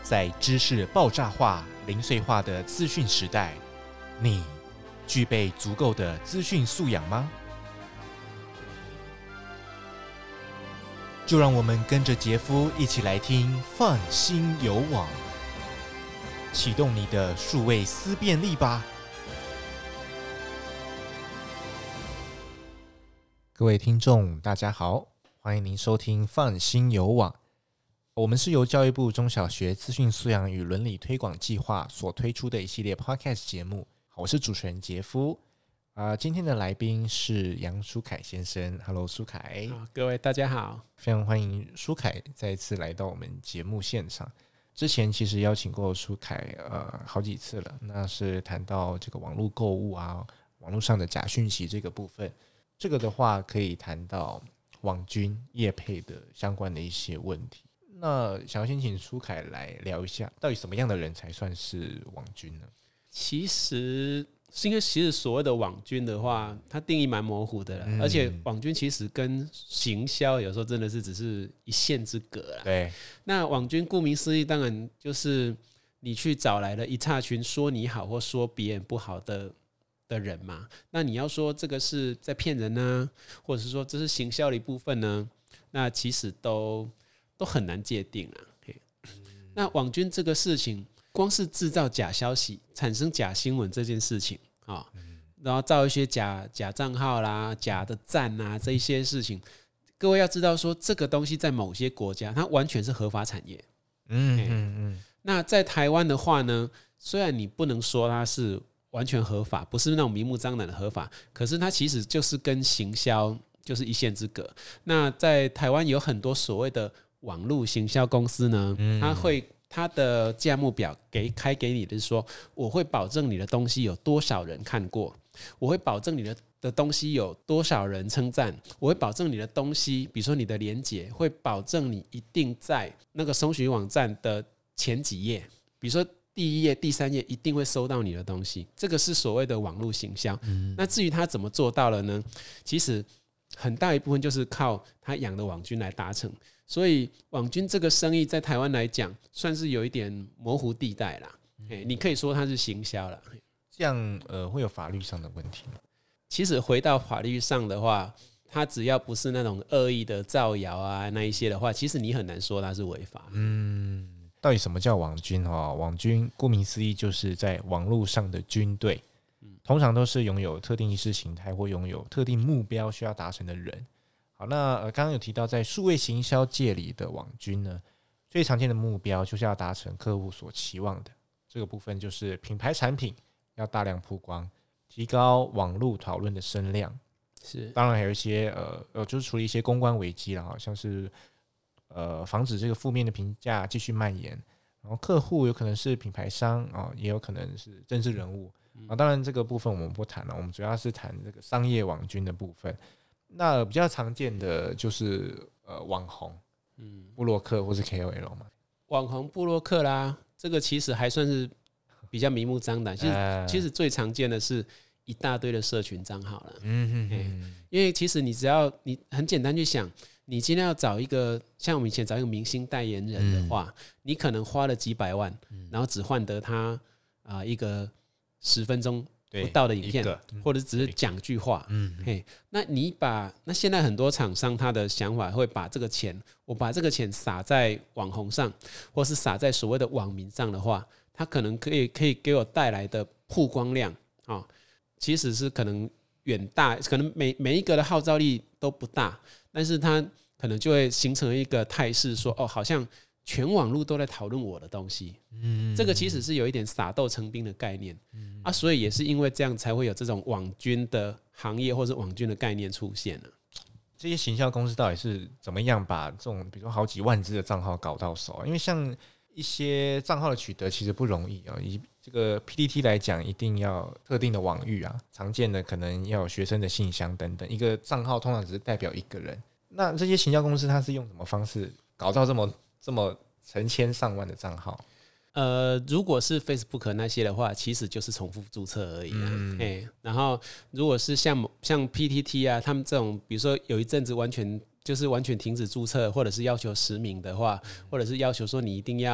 在知识爆炸化、零碎化的资讯时代，你具备足够的资讯素养吗？就让我们跟着杰夫一起来听泛星有网，启动你的数位思辨力吧。各位听众大家好，欢迎您收听泛星有网。我们是由教育部中小学资讯素养与伦理推广计划所推出的一系列 podcast 节目。我是主持人杰夫。今天的来宾是杨舒凯先生。 Hello 舒凯。 各位大家好， 非常欢迎舒凯再一次来到我们节目现场。之前其实邀请过舒凯好几次了，那是谈到这个网络购物啊，网络上的假讯息这个部分。这个的话可以谈到网军业配的相关的一些问题。那想要先请舒凯来聊一下，到底什么样的人才算是网军呢？ 其实所谓的网军的话，它定义蛮模糊的啦，而且网军其实跟行销有时候真的是只是一线之隔啦。 对， 那网军顾名思义，当然就是你去找来了一大群说你好或说别人不好的人嘛。那你要说这个是在骗人呢，或者是说这是行销的一部分呢，那其实都很难界定啦。那网军这个事情，光是制造假消息、产生假新闻这件事情啊，然后造一些假账号啦、假的赞啊，这一些事情，各位要知道说，这个东西在某些国家，它完全是合法产业。那在台湾的话呢，虽然你不能说它是完全合法，不是那种明目张胆的合法，可是它其实就是跟行销就是一线之隔。那在台湾有很多所谓的网络行销公司呢，它的价目表开给你的是说，我会保证你的东西有多少人看过，我会保证你的东西有多少人称赞，我会保证你的东西，比如说你的连结，会保证你一定在那个搜寻网站的前几页，比如说第一页、第三页一定会搜到你的东西，这个是所谓的网络行销。那至于他怎么做到了呢？其实很大一部分就是靠他养的网军来达成。所以网军这个生意在台湾来讲，算是有一点模糊地带啦。你可以说它是行销啦。 这样会有法律上的问题吗？ 其实回到法律上的话，它只要不是那种恶意的造谣啊那一些的话，其实你很难说它是违法。 到底什么叫网军？网军顾名思义就是在网络上的军队，通常都是拥有特定意识形态或拥有特定目标需要达成的人。好，那刚刚有提到在数位行销界里的网军呢，最常见的目标就是要达成客户所期望的这个部分，就是品牌产品要大量曝光，提高网络讨论的声量。 是， 当然还有一些就是处理一些公关危机啦，好像是防止这个负面的评价继续蔓延。然后客户有可能是品牌商也有可能是政治人物当然这个部分我们不谈了，我们主要是谈这个商业网军的部分。那比较常见的就是网红、部落客或是 KOL 嘛。 网红部落客啦，这个其实还算是比较明目张胆。其实最常见的是一大堆的社群账号了。因为其实你只要你很简单去想，你今天要找一个像我们以前找一个明星代言人的话，你可能花了几百万，然后只换得他一个10分钟不到的影片，或者只是讲句话。那现在很多厂商他的想法会把这个钱，我把这个钱撒在网红上，或是撒在所谓的网民上的话，他可能可以给我带来的曝光量其实是可能远大，可能每一个的号召力都不大，但是它可能就会形成一个态势，说好像全网络都在讨论我的东西。这个其实是有一点撒豆成兵的概念所以也是因为这样才会有这种网军的行业或是网军的概念出现了。 这些行销公司到底是怎么样把这种比如说好几万只的账号搞到手？因为像一些账号的取得其实不容易以这个 PTT 来讲，一定要特定的网域常见的可能要有学生的信箱等等，一个账号通常只是代表一个人。那这些行销公司它是用什么方式搞到这么成千上万的账号？ 如果是 Facebook 那些的话，其实就是重复注册而已然后如果是像 PTT 他们这种，比如说有一阵子完全停止注册，或者是要求实名的话，或者是要求说你一定要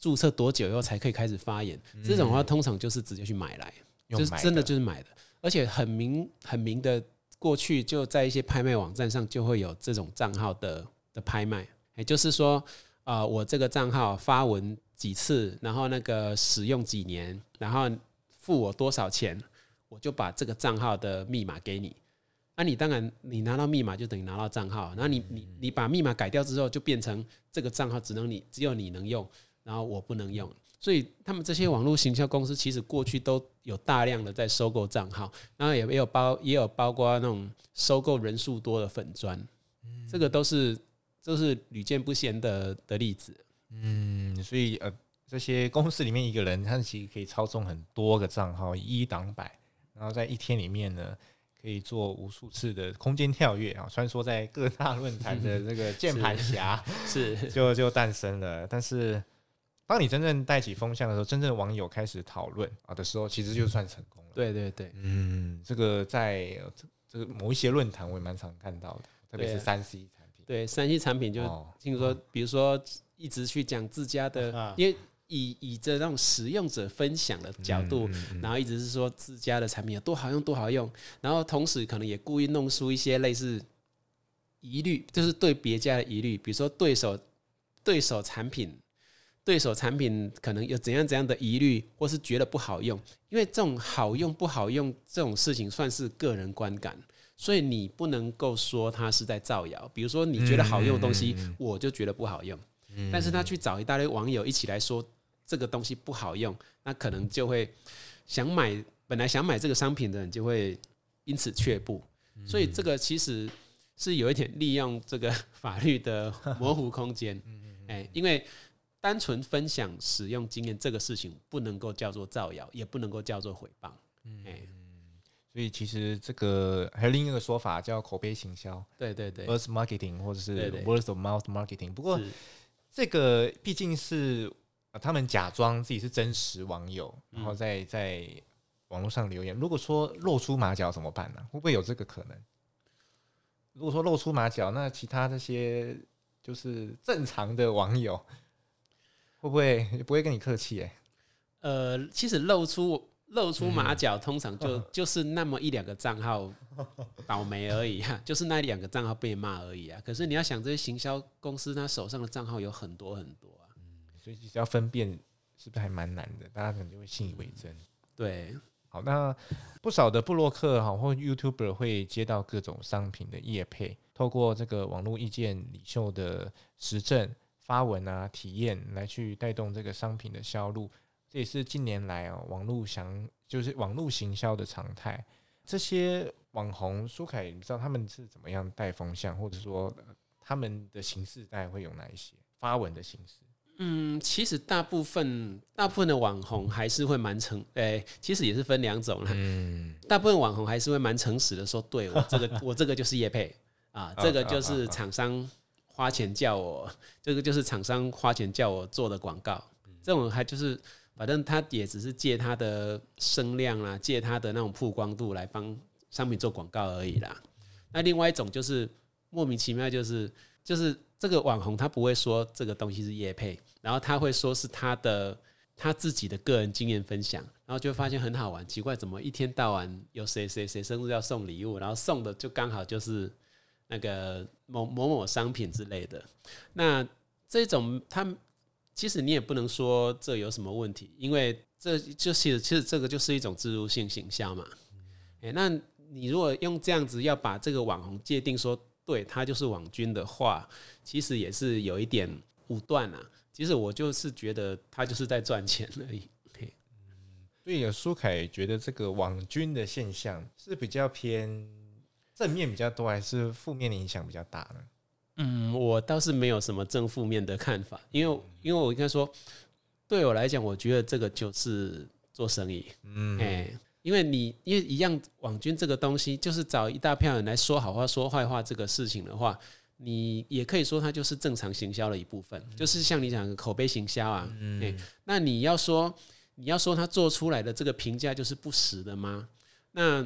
注册多久以后才可以开始发言？这种的话，通常就是直接去买来，就是真的就是买的，而且很明的，过去就在一些拍卖网站上就会有这种账号的拍卖，也就是说，我这个账号发文几次，然后那个使用几年，然后付我多少钱，我就把这个账号的密码给你。你当然你拿到密码就等于拿到账号，然后你把密码改掉之后，就变成这个账号只有你能用，然后我不能用。所以他们这些网络行销公司其实过去都有大量的在收购账号，然后也有包括那种收购人数多的粉专，这个都是屡见不鲜的例子。 所以这些公司里面一个人他其实可以操纵很多个账号，一挡百，然后在一天里面呢，可以做无数次的空间跳跃啊，穿梭在各大论坛的这个键盘侠就诞生了。但是当你真正带起风向的时候，真正的网友开始讨论的时候，其实就算成功了。 对对对， 这个在这个某一些论坛我也蛮常看到的，特别是3C 产品。 对3C 产品就听说，比如说一直去讲自家的，因为以这种使用者分享的角度，然后一直是说自家的产品有多好用多好用，然后同时可能也故意弄出一些类似疑虑，就是对别家的疑虑，比如说对手产品可能有怎样的疑虑，或是觉得不好用，因为这种好用不好用这种事情算是个人观感，所以你不能够说他是在造谣。比如说你觉得好用的东西，我就觉得不好用，但是他去找一大堆网友一起来说这个东西不好用，那可能就会本来想买这个商品的人就会因此却步，所以这个其实是有一点利用这个法律的模糊空间，因为单纯分享使用经验这个事情不能够叫做造谣，也不能够叫做诽谤。 所以其实这个还有另一个说法叫口碑行销， 对对对 ，word marketing 或者是 word of mouth marketing。不过这个毕竟是他们假装自己是真实网友，然后在网络上留言。如果说露出马脚怎么办呢？会不会有这个可能？如果说露出马脚，那其他这些就是正常的网友会不会跟你客气？ 其实露出马脚，通常就是那么1-2个账号倒霉而已啊，就是那2个账号被骂而已啊。可是你要想，这些行销公司他手上的账号有很多很多啊， 所以其实要分辨是不是还蛮难的，大家可能就会信以为真。 对， 好，那不少的部落客或 YouTuber 会接到各种商品的业配，透过这个网络意见领袖的实证发文体验来去带动这个商品的销路。这也是近年来网络行销的常态。这些网红苏凯，你知道他们是怎么样带风向，或者说他们的形式大概会有哪一些发文的形式？ 其实大部分的网红还是会蛮其实也是分2种啦。大部分网红还是会蛮诚实的说，对我这个就是业配啊，这个就是厂商花钱叫我，这个就是厂商花钱叫我做的广告。这种还就是反正他也只是借他的声量啦，借他的那种曝光度来帮商品做广告而已啦。那另外一种就是莫名其妙，就是这个网红他不会说这个东西是业配，然后他会说是他自己的个人经验分享，然后就会发现很好玩，奇怪怎么一天到晚有谁生日要送礼物，然后送的就刚好就是那个某商品之类的。那这种其实你也不能说这有什么问题，因为其实这个就是一种置入性行销嘛。那你如果用这样子要把这个网红界定说对他就是网军的话，其实也是有一点武断啊。其实我就是觉得他就是在赚钱而已。 所以苏凯觉得这个网军的现象是比较偏正面比较多，还是负面的影响比较大呢？ 我倒是没有什么正负面的看法，因为我应该说，对我来讲，我觉得这个就是做生意。因为一样网军这个东西，就是找一大票人来说好话、说坏话这个事情的话，你也可以说它就是正常行销的一部分，就是像你讲的口碑行销啊。那你要说他做出来的这个评价就是不实的吗？那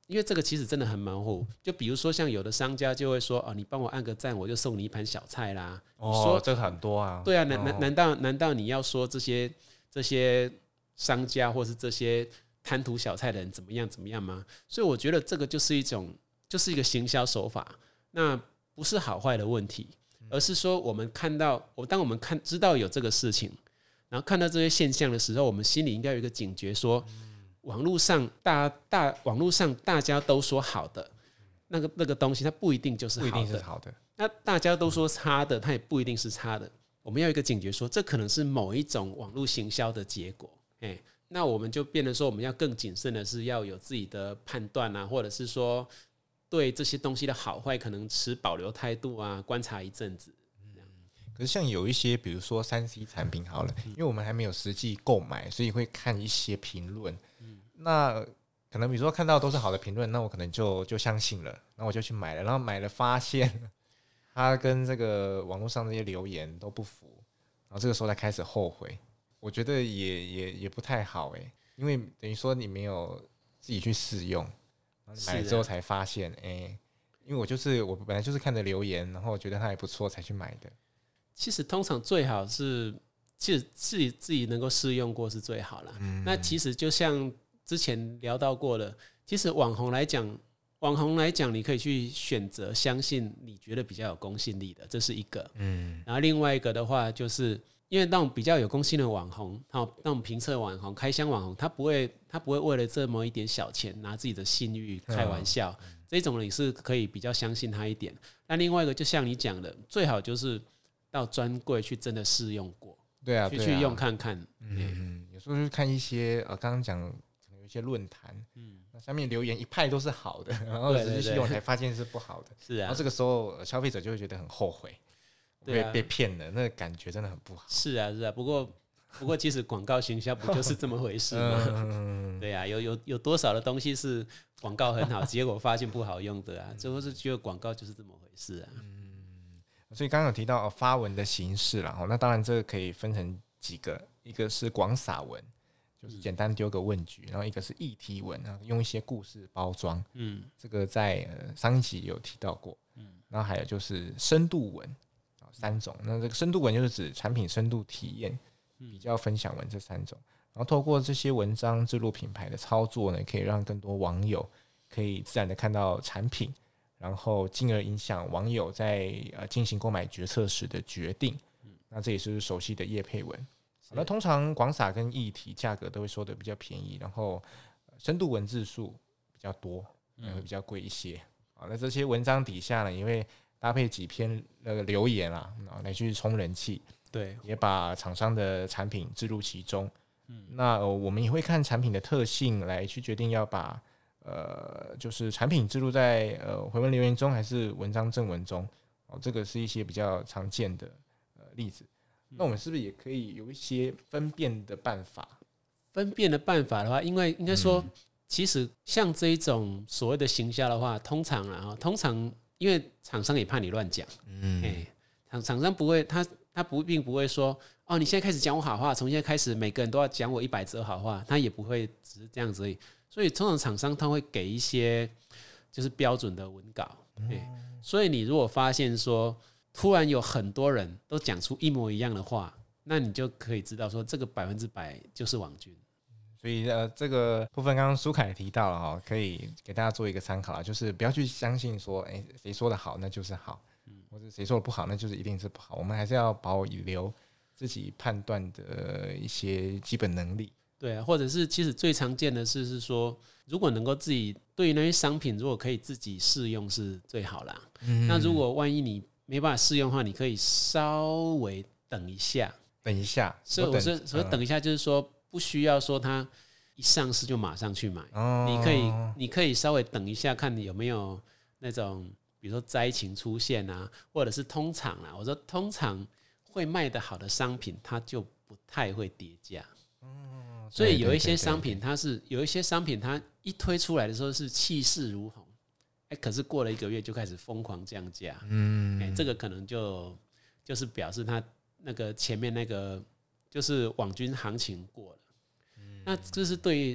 因为这个其实真的很模糊。就比如说像有的商家就会说，哦，你帮我按个赞，我就送你一盘小菜啦。你说这个很多啊。 对啊，难道你要说这些商家或是这些贪图小菜的人怎么样吗？所以我觉得这个就是一个行销手法，那不是好坏的问题，而是说当我们知道有这个事情，然后看到这些现象的时候，我们心里应该有一个警觉说，网络上大家都说好的那个东西，它不一定就是好的， 不一定是好的。 那大家都说差的，它也不一定是差的。我们要有一个警觉说，这可能是某一种网络行销的结果。那我们就变成说，我们要更谨慎的是要有自己的判断啊，或者是说对这些东西的好坏可能持保留态度啊，观察一阵子。 可是像有一些，比如说3C 产品好了，因为我们还没有实际购买，所以会看一些评论。那可能比如说看到都是好的评论，那我可能就相信了，那我就去买了，然后买了发现它跟这个网络上这些留言都不符，然后这个时候才开始后悔。我觉得也不太好因为等于说你没有自己去试用，然后你买了之后才发现因为我本来就是看着留言，然后我觉得它还不错才去买的。 其实通常最好是，其实自己能够试用过是最好啦。那其实就像之前聊到过的，其实网红来讲，你可以去选择相信你觉得比较有公信力的，这是一个。然后另外一个的话，就是因为那种比较有公信的网红，那种评测网红、开箱网红，他不会为了这么一点小钱拿自己的信誉开玩笑。这种你是可以比较相信他一点。那另外一个，就像你讲的，最好就是到专柜去真的试用过， 对啊， 去用看看。 有时候去看一些刚刚讲有一些论坛，那下面留言一派都是好的，然后实际去用才发现是不好的。 是啊， 然后这个时候消费者就会觉得很后悔，被骗了，那个感觉真的很不好。 是啊，不过其实广告行销不就是这么回事吗？对啊，有多少的东西是广告很好，结果发现不好用的啊？最后是觉得广告就是这么回事啊。 所以刚刚有提到发文的形式啦，那当然这个可以分成几个，一个是广撒文，就是简单丢个问句，然后一个是议题文，用一些故事包装，这个在上一集有提到过，然后还有就是深度文，3种。那这个深度文就是指产品深度体验、比较分享文这3种，然后透过这些文章置入品牌的操作呢，可以让更多网友可以自然的看到产品，然后进而影响网友在进行购买决策时的决定。那这也是熟悉的业配文。那通常广撒跟议题价格都会收的比较便宜，然后深度文字数比较多，会比较贵一些。那这些文章底下呢，也会搭配几篇留言来去冲人气， 对， 也把厂商的产品置入其中。那我们也会看产品的特性来去决定要把就是产品置入在回文留言中还是文章正文中。这个是一些比较常见的例子。那我们是不是也可以有一些分辨的办法？ 分辨的办法的话，因为应该说，其实像这一种所谓的行销的话，通常因为厂商也怕你乱讲，厂商不会，他并不会说，哦，你现在开始讲我好话，从现在开始每个人都要讲我100则好话，他也不会只是这样子而已。所以通常厂商他会给一些就是标准的文稿，所以你如果发现说突然有很多人都讲出一模一样的话，那你就可以知道说这个100%就是网军。 所以这个部分刚刚苏凯提到了可以给大家做一个参考啦，就是不要去相信说谁说的好那就是好，或者谁说的不好那就是一定是不好，我们还是要保留自己判断的一些基本能力。 对啊，或者是其实最常见的是说，如果能够自己对于那些商品，如果可以自己试用是最好啦。那如果万一你没办法试用的话，你可以稍微等一下。所以我说所谓等一下，就是说不需要说它一上市就马上去买，你可以稍微等一下，看你有没有那种比如说灾情出现啊，或者是通常啊，我说通常会卖得好的商品，它就不太会跌价。所以有一些商品有一些商品它一推出来的时候是气势如虹，可是过了1个月就开始疯狂降价，这个可能就是表示它那个前面那个就是网军行情过了。那这是对于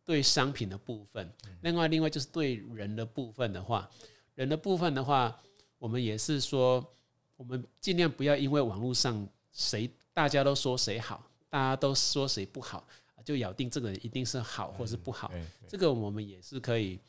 对商品的部分。另外就是对人的部分的话，我们也是说，我们尽量不要因为网络上大家都说谁好，大家都说谁不好，就咬定这个人一定是好或是不好。这个我们也是可以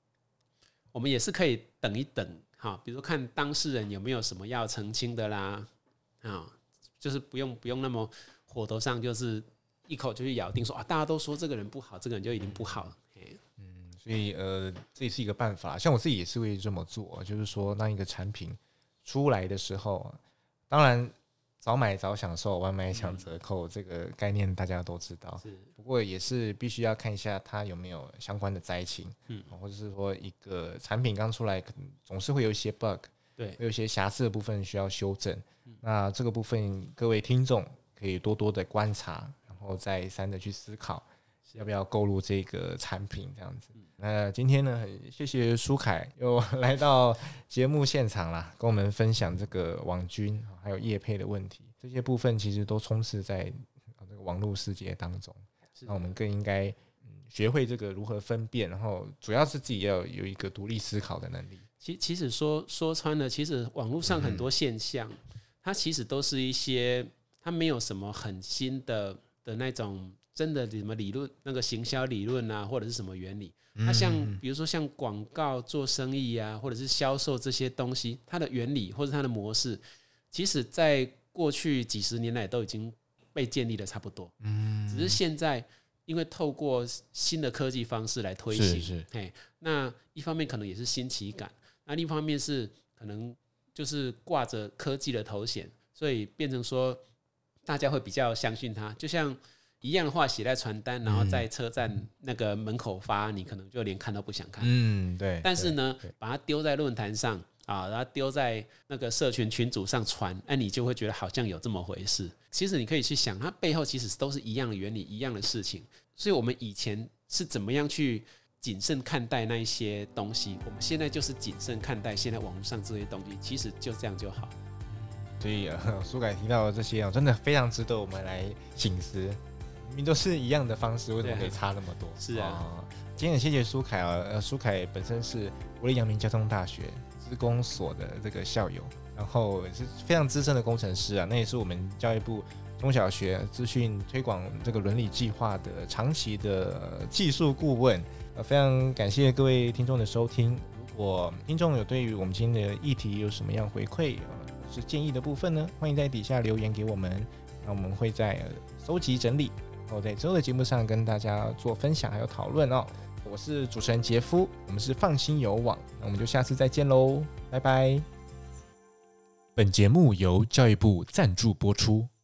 等一等，比如说看当事人有没有什么要澄清的啦，就是不用那么火头上，就是一口就去咬定说大家都说这个人不好，这个人就一定不好。 所以这也是一个办法，像我自己也是会这么做，就是说当一个产品出来的时候，当然早买早享受，晚买抢折扣，这个概念大家都知道。不过也是必须要看一下它有没有相关的灾情，或者是说一个产品刚出来，可能总是会有一些 bug， 会有一些瑕疵的部分需要修正。那这个部分各位听众可以多多的观察，然后再三的去思考要不要购入这个产品这样子。那今天呢，很谢谢舒凯又来到节目现场啦，跟我们分享这个网军还有业配的问题，这些部分其实都充斥在这个网络世界当中。那我们更应该学会这个如何分辨，然后主要是自己要有一个独立思考的能力。 其实说穿了，其实网络上很多现象，它其实都是一些它没有什么很新的那种真的什么理论，那个行销理论啊，或者是什么原理。它比如说像广告做生意啊，或者是销售这些东西，它的原理或者它的模式，其实在过去几十年来都已经被建立的差不多。只是现在因为透过新的科技方式来推行，那一方面可能也是新奇感，那另一方面是可能就是挂着科技的头衔，所以变成说大家会比较相信它，就像一样的话写在传单，然后在车站那个门口发，你可能就连看都不想看。 对。 但是呢，把它丢在论坛上然后丢在那个社群群组上传，你就会觉得好像有这么回事。其实你可以去想，它背后其实都是一样的原理，一样的事情。所以我们以前是怎么样去谨慎看待那一些东西，我们现在就是谨慎看待现在网络上这些东西，其实就这样就好。 所以苏凯提到的这些真的非常值得我们来省思。明明都是一样的方式，为什么可以差那么多？ 是啊， 今天很谢谢舒凯舒凯本身是国立阳明交通大学资工所的这个校友，然后是非常资深的工程师啊，那也是我们教育部中小学资讯推广这个伦理计划的长期的技术顾问。非常感谢各位听众的收听。如果听众有对于我们今天的议题有什么样回馈是建议的部分呢，欢迎在底下留言给我们，那我们会在收集整理，然后在之后的节目上跟大家做分享还有讨论我是主持人杰夫，我们是放心有网，那我们就下次再见喽，拜拜。本节目由教育部赞助播出。